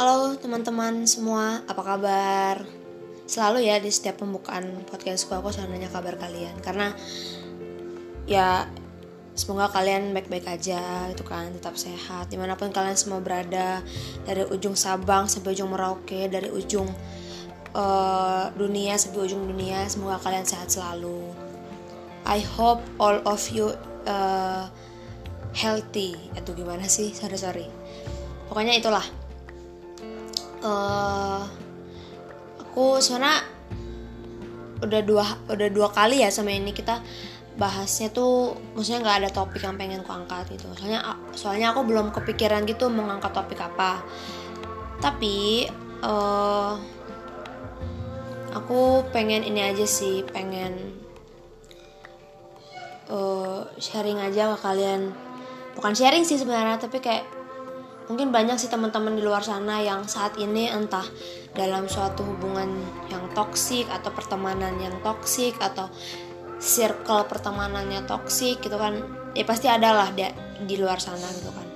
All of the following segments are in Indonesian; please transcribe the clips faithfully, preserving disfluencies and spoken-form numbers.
Halo teman-teman semua, apa kabar? Selalu ya di setiap pembukaan podcastku aku selalu nanya kabar kalian. Karena ya semoga kalian baik-baik aja gitu kan, tetap sehat dimanapun kalian semua berada. Dari ujung Sabang sampai ujung Merauke, dari ujung uh, dunia sampai ujung dunia, semoga kalian sehat selalu. I hope all of you uh, healthy. Itu gimana sih? Sorry sorry. Pokoknya itulah. Uh, aku sebenarnya udah dua udah dua kali ya sama ini kita bahasnya tuh, maksudnya nggak ada topik yang pengen aku angkat gitu. Soalnya soalnya aku belum kepikiran gitu mau ngangkat topik apa. Tapi uh, aku pengen ini aja sih, pengen uh, sharing aja ke kalian. Bukan sharing sih sebenarnya, tapi kayak mungkin banyak sih teman-teman di luar sana yang saat ini entah dalam suatu hubungan yang toksik atau pertemanan yang toksik atau circle pertemanannya toksik gitu kan. Ya pasti ada lah di, di luar sana gitu kan.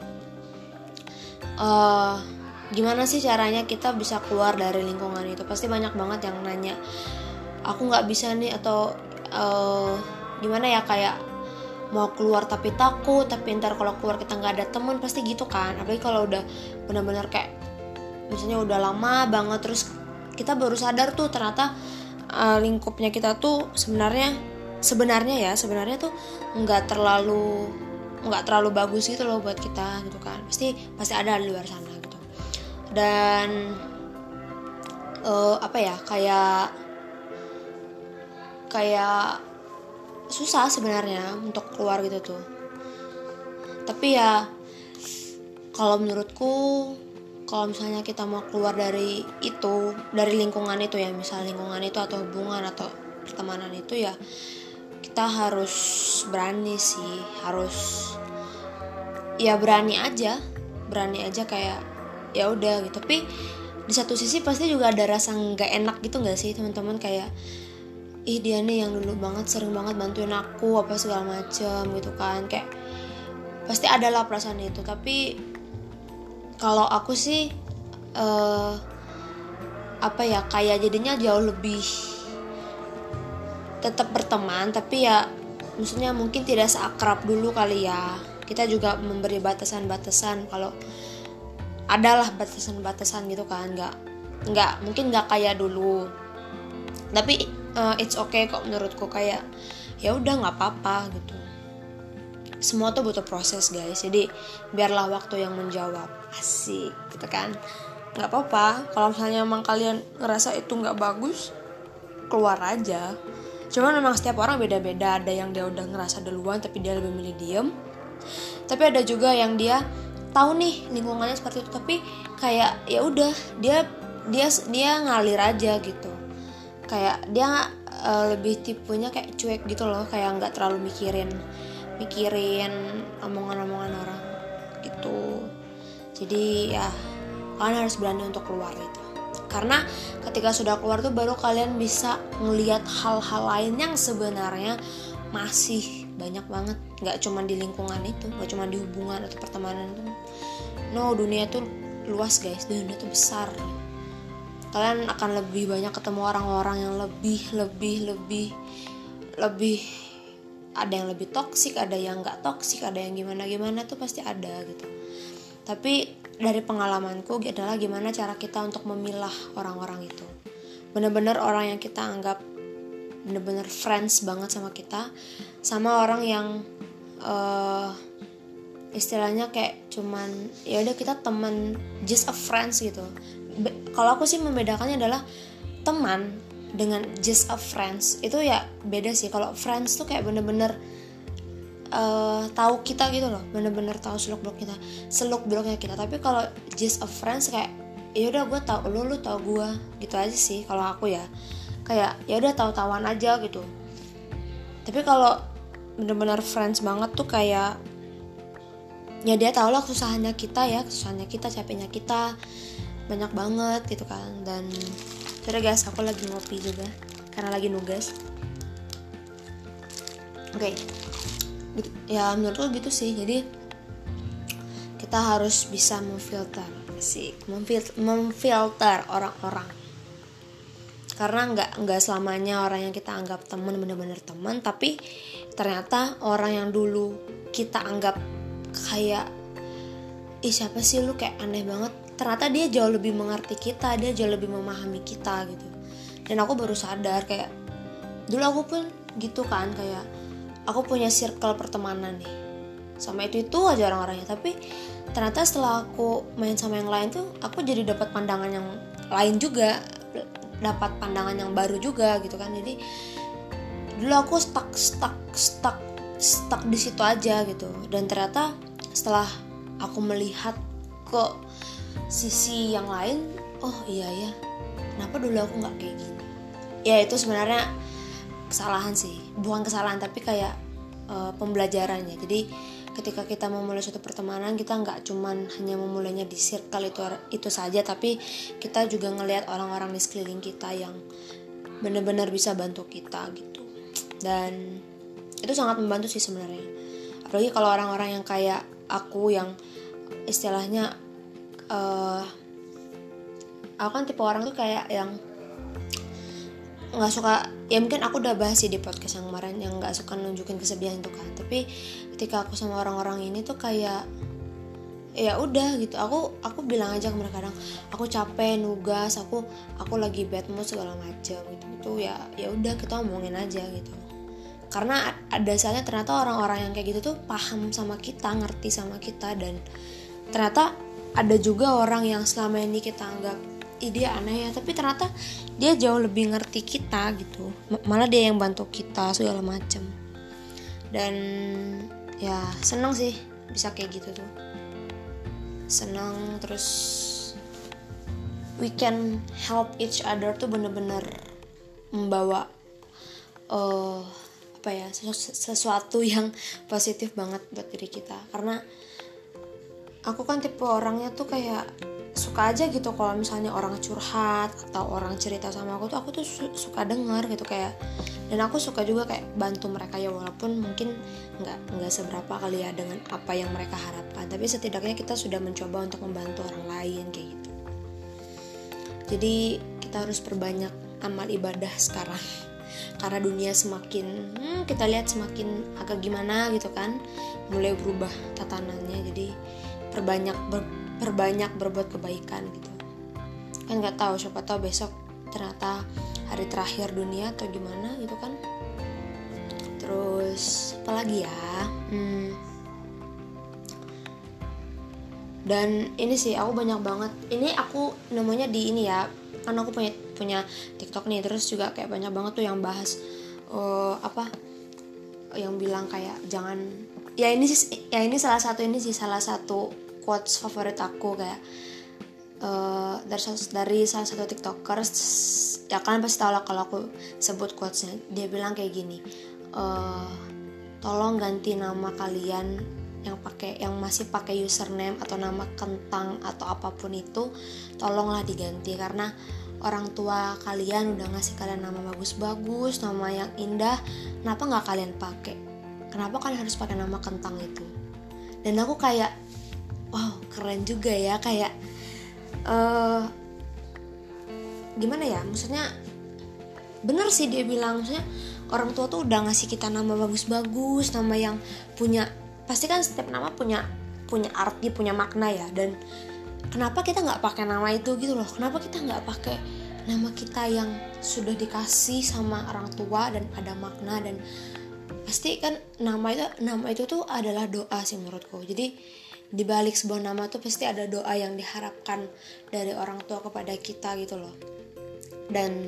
Uh, gimana sih caranya kita bisa keluar dari lingkungan itu? Pasti banyak banget yang nanya, aku gak bisa nih, atau uh, gimana ya, kayak mau keluar tapi takut, tapi ntar kalau keluar kita nggak ada teman, pasti gitu kan. Apalagi kalau udah benar-benar kayak misalnya udah lama banget, terus kita baru sadar tuh ternyata uh, lingkupnya kita tuh sebenarnya sebenarnya ya sebenarnya tuh nggak terlalu nggak terlalu bagus gitu loh buat kita gitu kan. Pasti pasti ada di luar sana gitu. Dan uh, apa ya kayak kayak susah sebenarnya untuk keluar gitu tuh. Tapi ya kalau menurutku, kalau misalnya kita mau keluar dari itu, dari lingkungan itu ya, misal lingkungan itu atau hubungan atau pertemanan itu, ya kita harus berani sih, harus ya berani aja, berani aja kayak ya udah gitu. Tapi di satu sisi pasti juga ada rasa nggak enak gitu nggak sih teman-teman, kayak ih dia nih yang dulu banget sering banget bantuin aku apa segala macem gitu kan, kayak pasti ada lah perasaan itu. Tapi kalau aku sih uh, apa ya kayak jadinya jauh lebih tetap berteman, tapi ya maksudnya mungkin tidak seakrab dulu kali ya. Kita juga memberi batasan-batasan, kalau adalah batasan-batasan gitu kan, nggak nggak mungkin nggak kayak dulu, tapi uh, it's okay kok menurutku. Kayak ya udah nggak apa-apa gitu. Semua tuh butuh proses guys, jadi biarlah waktu yang menjawab. Asik gitu kan. Nggak apa-apa kalau misalnya emang kalian ngerasa itu nggak bagus, keluar aja. Cuman memang setiap orang beda-beda. Ada yang dia udah ngerasa duluan tapi dia lebih milih diem, tapi ada juga yang dia tahu nih lingkungannya seperti itu, tapi kayak ya udah dia dia dia ngalir aja gitu. Kayak dia uh, lebih tipenya kayak cuek gitu loh, kayak nggak terlalu mikirin mikirin omongan-omongan orang gitu. Jadi ya kalian harus berani untuk keluar itu, karena ketika sudah keluar tuh baru kalian bisa ngelihat hal-hal lain yang sebenarnya masih banyak banget. Nggak cuma di lingkungan itu, nggak cuma di hubungan atau pertemanan itu. No, dunia tuh luas guys, dunia tuh besar. Kalian akan lebih banyak ketemu orang-orang yang lebih lebih lebih lebih ada yang lebih toksik, ada yang nggak toksik, ada yang gimana gimana tuh pasti ada gitu. Tapi dari pengalamanku adalah gimana cara kita untuk memilah orang-orang itu, benar-benar orang yang kita anggap benar-benar friends banget sama kita, sama orang yang uh, istilahnya kayak cuman ya udah kita teman, just a friends gitu. Be- kalau aku sih membedakannya adalah teman dengan just a friends itu ya beda sih. Kalau friends tuh kayak bener-bener uh, tahu kita gitu loh, bener-bener tahu seluk beluk kita, seluk beluknya kita. Tapi kalau just a friends kayak ya udah gue tahu lu, lu tahu gue gitu aja sih. Kalau aku ya kayak ya udah tahu-tahuan aja gitu. Tapi kalau bener-bener friends banget tuh kayak ya dia tahu lah kesusahannya kita ya, kesusahannya kita, capeknya kita banyak banget gitu kan. Dan sorry guys, aku lagi ngopi juga karena lagi nugas. Oke, okay. Ya menurutku gitu sih. Jadi kita harus bisa memfilter sih memfil- memfilter orang-orang, karena nggak nggak selamanya orang yang kita anggap teman benar-benar teman, tapi ternyata orang yang dulu kita anggap kayak ih siapa sih lu, kayak aneh banget, ternyata dia jauh lebih mengerti kita, dia jauh lebih memahami kita gitu. Dan aku baru sadar kayak dulu aku pun gitu kan, kayak aku punya circle pertemanan nih sama itu itu aja orang-orangnya, tapi ternyata setelah aku main sama yang lain tuh aku jadi dapat pandangan yang lain juga, dapat pandangan yang baru juga gitu kan. Jadi dulu aku stuck stuck stuck stuck di situ aja gitu, dan ternyata setelah aku melihat ke sisi yang lain, oh iya ya, kenapa dulu aku nggak kayak gini. Ya itu sebenarnya kesalahan sih, bukan kesalahan tapi kayak uh, pembelajarannya. Jadi ketika kita memulai suatu pertemanan, kita nggak cuman hanya memulainya di circle itu itu saja, tapi kita juga ngelihat orang-orang di sekeliling kita yang benar-benar bisa bantu kita gitu. Dan itu sangat membantu sih sebenarnya, apalagi kalau orang-orang yang kayak aku yang istilahnya uh, aku kan tipe orang tuh kayak yang nggak suka, ya mungkin aku udah bahas sih di podcast yang kemarin, yang nggak suka nunjukin kesedihan itu kan. Tapi ketika aku sama orang-orang ini tuh kayak ya udah gitu, aku aku bilang aja ke mereka kadang aku capek nugas, aku aku lagi bad mood segala macam gitu itu ya ya udah kita omongin aja gitu. Karena ada saatnya ternyata orang-orang yang kayak gitu tuh paham sama kita, ngerti sama kita, dan ternyata ada juga orang yang selama ini kita anggap ih dia aneh ya, tapi ternyata dia jauh lebih ngerti kita gitu, malah dia yang bantu kita segala macem. Dan ya seneng sih bisa kayak gitu tuh, seneng. Terus we can help each other tuh bener-bener membawa uh, apa ya sesuatu yang positif banget buat diri kita. Karena aku kan tipe orangnya tuh kayak suka aja gitu kalau misalnya orang curhat atau orang cerita sama aku tuh aku tuh su- suka dengar gitu kayak, dan aku suka juga kayak bantu mereka ya, walaupun mungkin nggak nggak seberapa kali ya dengan apa yang mereka harapkan, tapi setidaknya kita sudah mencoba untuk membantu orang lain kayak gitu. Jadi kita harus perbanyak amal ibadah sekarang karena dunia semakin hmm, kita lihat semakin agak gimana gitu kan, mulai berubah tatanannya. Jadi perbanyak ber perbanyak berbuat kebaikan gitu kan, nggak tahu siapa tahu besok ternyata hari terakhir dunia atau gimana gitu kan. Terus apalagi ya, hmm. dan ini sih aku banyak banget, ini aku namanya di ini ya kan, aku punya punya TikTok nih, terus juga kayak banyak banget tuh yang bahas uh, apa yang bilang kayak jangan, ya ini sih ya ini salah satu ini sih salah satu quotes favorit aku, kayak uh, dari dari salah satu tiktokers ya kan pasti tau lah kalau aku sebut quotesnya. Dia bilang kayak gini, uh, tolong ganti nama kalian yang pakai yang masih pakai username atau nama kentang atau apapun itu, tolonglah diganti, karena orang tua kalian udah ngasih kalian nama bagus-bagus, nama yang indah, kenapa nggak kalian pakai? Kenapa kalian harus pakai nama kentang itu? Dan aku kayak wow keren juga ya, kayak uh, gimana ya, maksudnya bener sih dia bilang, maksudnya orang tua tuh udah ngasih kita nama bagus-bagus, nama yang punya, pasti kan setiap nama punya punya arti, punya makna ya, dan kenapa kita nggak pakai nama itu gitu loh, kenapa kita nggak pakai nama kita yang sudah dikasih sama orang tua dan ada makna, dan pasti kan nama itu nama itu tuh adalah doa sih menurutku. Jadi di balik sebuah nama tuh pasti ada doa yang diharapkan dari orang tua kepada kita gitu loh. Dan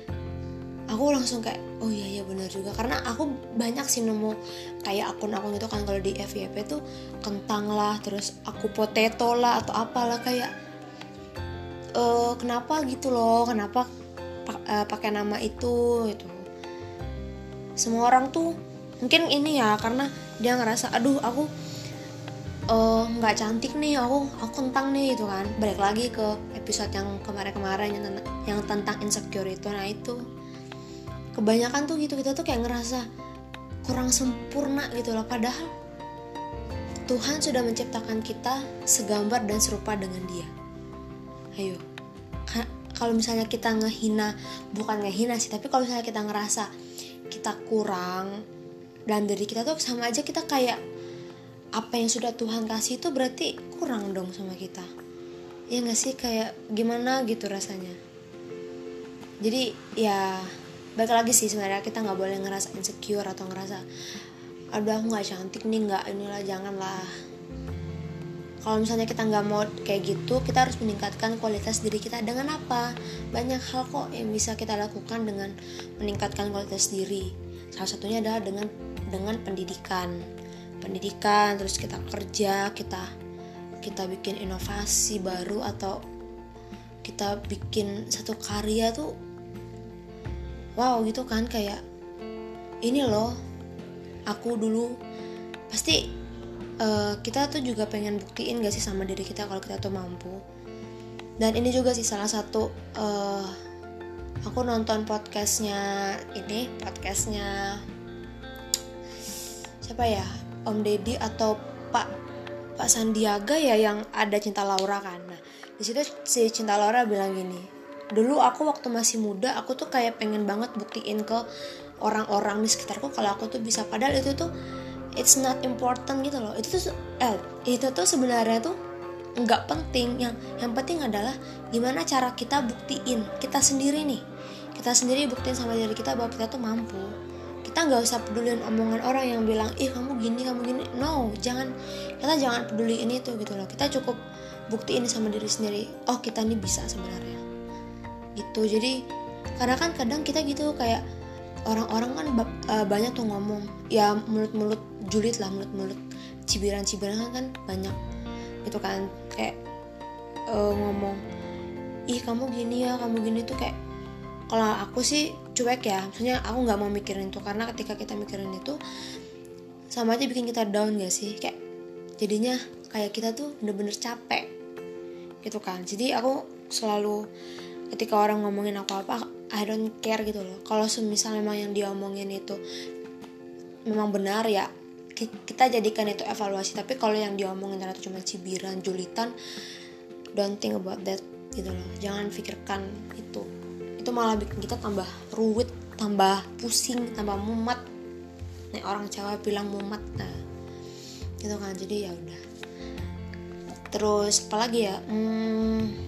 aku langsung kayak oh iya ya benar juga, karena aku banyak sih nemu kayak akun-akun itu kan kalau di F Y P tuh kentang lah, terus aku potato lah atau apalah, kayak e, kenapa gitu loh, kenapa uh, pakai nama itu gitu. Semua orang tuh mungkin ini ya karena dia ngerasa aduh aku nggak uh, cantik nih, aku aku kentang nih gitu kan. Balik lagi ke episode yang kemarin-kemarin yang tentang, yang tentang insecure itu. Nah itu kebanyakan tuh gitu, kita tuh kayak ngerasa kurang sempurna gitu loh, padahal Tuhan sudah menciptakan kita segambar dan serupa dengan Dia. Ayo, kalau misalnya kita ngehina, bukan ngehina sih, tapi kalau misalnya kita ngerasa kita kurang dan diri kita tuh sama aja kita kayak apa yang sudah Tuhan kasih itu berarti kurang dong sama kita. Ya nggak sih, kayak gimana gitu rasanya. Jadi ya balik lagi sih, sebenarnya kita nggak boleh ngerasa insecure atau ngerasa aduh aku nggak cantik nih, nggak, inilah, janganlah. Kalau misalnya kita nggak mau kayak gitu, kita harus meningkatkan kualitas diri kita dengan apa? Banyak hal kok yang bisa kita lakukan dengan meningkatkan kualitas diri. Salah satunya adalah dengan dengan pendidikan, pendidikan, terus kita kerja, kita kita bikin inovasi baru atau kita bikin satu karya tuh, wow gitu kan, kayak ini loh, aku dulu pasti. Uh, kita tuh juga pengen buktiin gak sih sama diri kita kalau kita tuh mampu. Dan ini juga sih salah satu uh, aku nonton podcastnya ini podcastnya siapa ya, Om Deddy atau Pak Pak Sandiaga ya, yang ada Cinta Laura kan. Nah di situ si Cinta Laura bilang gini, dulu aku waktu masih muda aku tuh kayak pengen banget buktiin ke orang-orang di sekitarku kalau aku tuh bisa, padahal itu tuh it's not important gitu loh. Itu tuh eh, itu tuh sebenarnya tuh nggak penting. Yang yang penting adalah gimana cara kita buktiin kita sendiri nih. Kita sendiri buktiin sama diri kita bahwa kita tuh mampu. Kita nggak usah peduliin omongan orang yang bilang ih kamu gini kamu gini. No, jangan, kita jangan peduliin itu gitu loh. Kita cukup buktiin sama diri sendiri. Oh kita nih bisa sebenarnya. Gitu. Jadi karena kan kadang kita gitu kayak orang-orang kan uh, banyak tuh ngomong ya, mulut-mulut julid lah, mulut-mulut cibiran-cibiran kan banyak gitu kan, kayak uh, ngomong ih kamu gini ya kamu gini tuh, kayak kalau aku sih cuek ya, maksudnya aku nggak mau mikirin itu, karena ketika kita mikirin itu sama aja bikin kita down gak sih, kayak jadinya kayak kita tuh bener-bener capek gitu kan. Jadi aku selalu ketika orang ngomongin aku apa, I don't care gitu loh. Kalau semisal memang yang dia omongin itu memang benar ya, kita jadikan itu evaluasi. Tapi kalau yang dia omongin ternyata cuma cibiran, julitan, don't think about that gitu loh. Jangan pikirkan itu. Itu malah bikin kita tambah ruwet, tambah pusing, tambah mumet. Nih orang Jawa bilang mumet, nah gitu kan. Jadi ya udah. Terus apalagi ya? Hmm,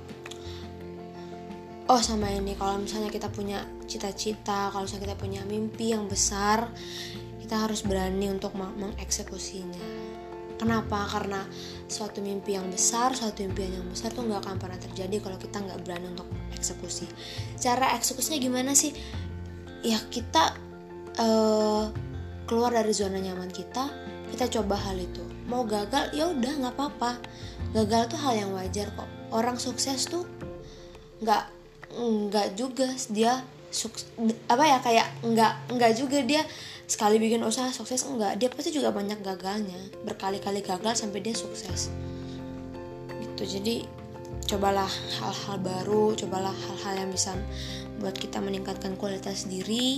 Oh sama ini, kalau misalnya kita punya cita-cita, kalau misalnya kita punya mimpi yang besar, kita harus berani untuk mengeksekusinya. Kenapa? Karena suatu mimpi yang besar, suatu impian yang besar tuh gak akan pernah terjadi kalau kita gak berani untuk eksekusi. Cara eksekusinya gimana sih? Ya kita uh, keluar dari zona nyaman kita, kita coba hal itu. Mau gagal, ya udah gak apa-apa. Gagal tuh hal yang wajar kok. Orang sukses tuh gak enggak juga dia sukses, apa ya, kayak enggak enggak juga dia sekali bikin usaha sukses, enggak, dia pasti juga banyak gagalnya, berkali-kali gagal sampai dia sukses gitu. Jadi cobalah hal-hal baru, cobalah hal-hal yang bisa buat kita meningkatkan kualitas diri.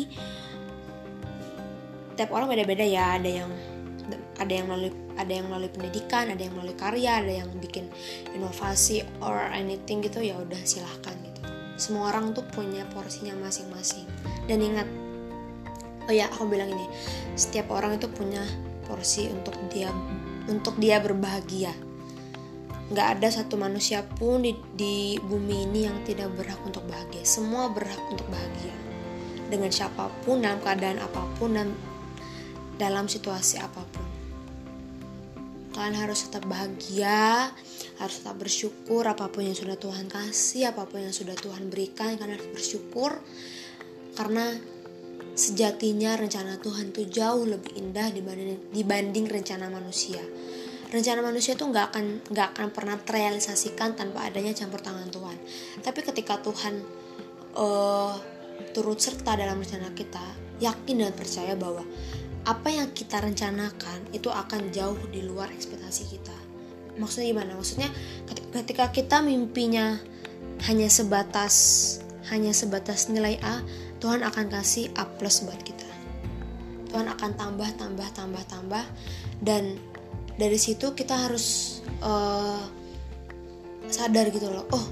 Tiap orang beda-beda ya, ada yang ada yang melalui ada yang melalui pendidikan, ada yang melalui karya, ada yang bikin inovasi or anything gitu, ya udah silahkan gitu. Semua orang tuh punya porsinya masing-masing. Dan ingat, oh ya aku bilang ini, setiap orang itu punya porsi untuk dia untuk dia berbahagia. Gak ada satu manusia pun di, di bumi ini yang tidak berhak untuk bahagia. Semua berhak untuk bahagia, dengan siapapun, dalam keadaan apapun, dan dalam situasi apapun. Kalian harus tetap bahagia, harus tetap bersyukur apapun yang sudah Tuhan kasih, apapun yang sudah Tuhan berikan, kalian harus bersyukur. Karena sejatinya rencana Tuhan itu jauh lebih indah dibanding, dibanding rencana manusia. Rencana manusia tuh nggak akan nggak akan pernah terrealisasikan tanpa adanya campur tangan Tuhan. Tapi ketika Tuhan uh, turut serta dalam rencana kita, yakin dan percaya bahwa apa yang kita rencanakan itu akan jauh di luar ekspektasi kita. Maksudnya gimana? Maksudnya ketika kita mimpinya hanya sebatas hanya sebatas nilai A, Tuhan akan kasih A plus buat kita. Tuhan akan tambah, tambah, tambah, tambah, dan dari situ kita harus uh, sadar gitu loh. Oh,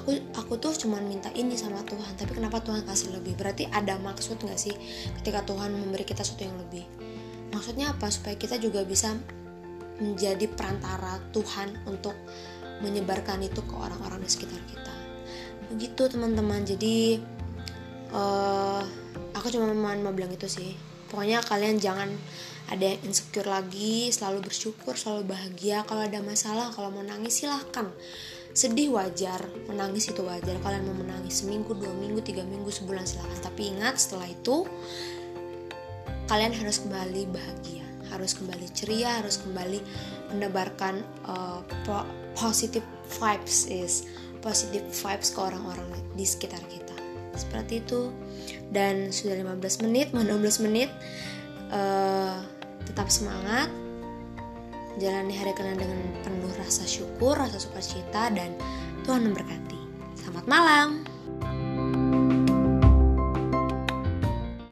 aku aku tuh cuman minta ini sama Tuhan, tapi kenapa Tuhan kasih lebih? Berarti ada maksud gak sih ketika Tuhan memberi kita sesuatu yang lebih? Maksudnya apa? Supaya kita juga bisa menjadi perantara Tuhan untuk menyebarkan itu ke orang-orang di sekitar kita. Begitu teman-teman. Jadi uh, aku cuma mau bilang itu sih. Pokoknya kalian jangan ada yang insecure lagi, selalu bersyukur, selalu bahagia. Kalau ada masalah, kalau mau nangis silahkan. Sedih wajar, menangis itu wajar. Kalian mau menangis seminggu, dua minggu, tiga minggu, sebulan silahkan. Tapi ingat, setelah itu kalian harus kembali bahagia, harus kembali ceria, harus kembali menebarkan uh, po- positive vibes is positive vibes ke orang-orang di sekitar kita. Seperti itu. Dan sudah lima belas menit, mau enam belas menit. Uh, tetap semangat, jalani hari kalian dengan penuh rasa syukur, rasa sukacita, dan Tuhan memberkati. Selamat malam.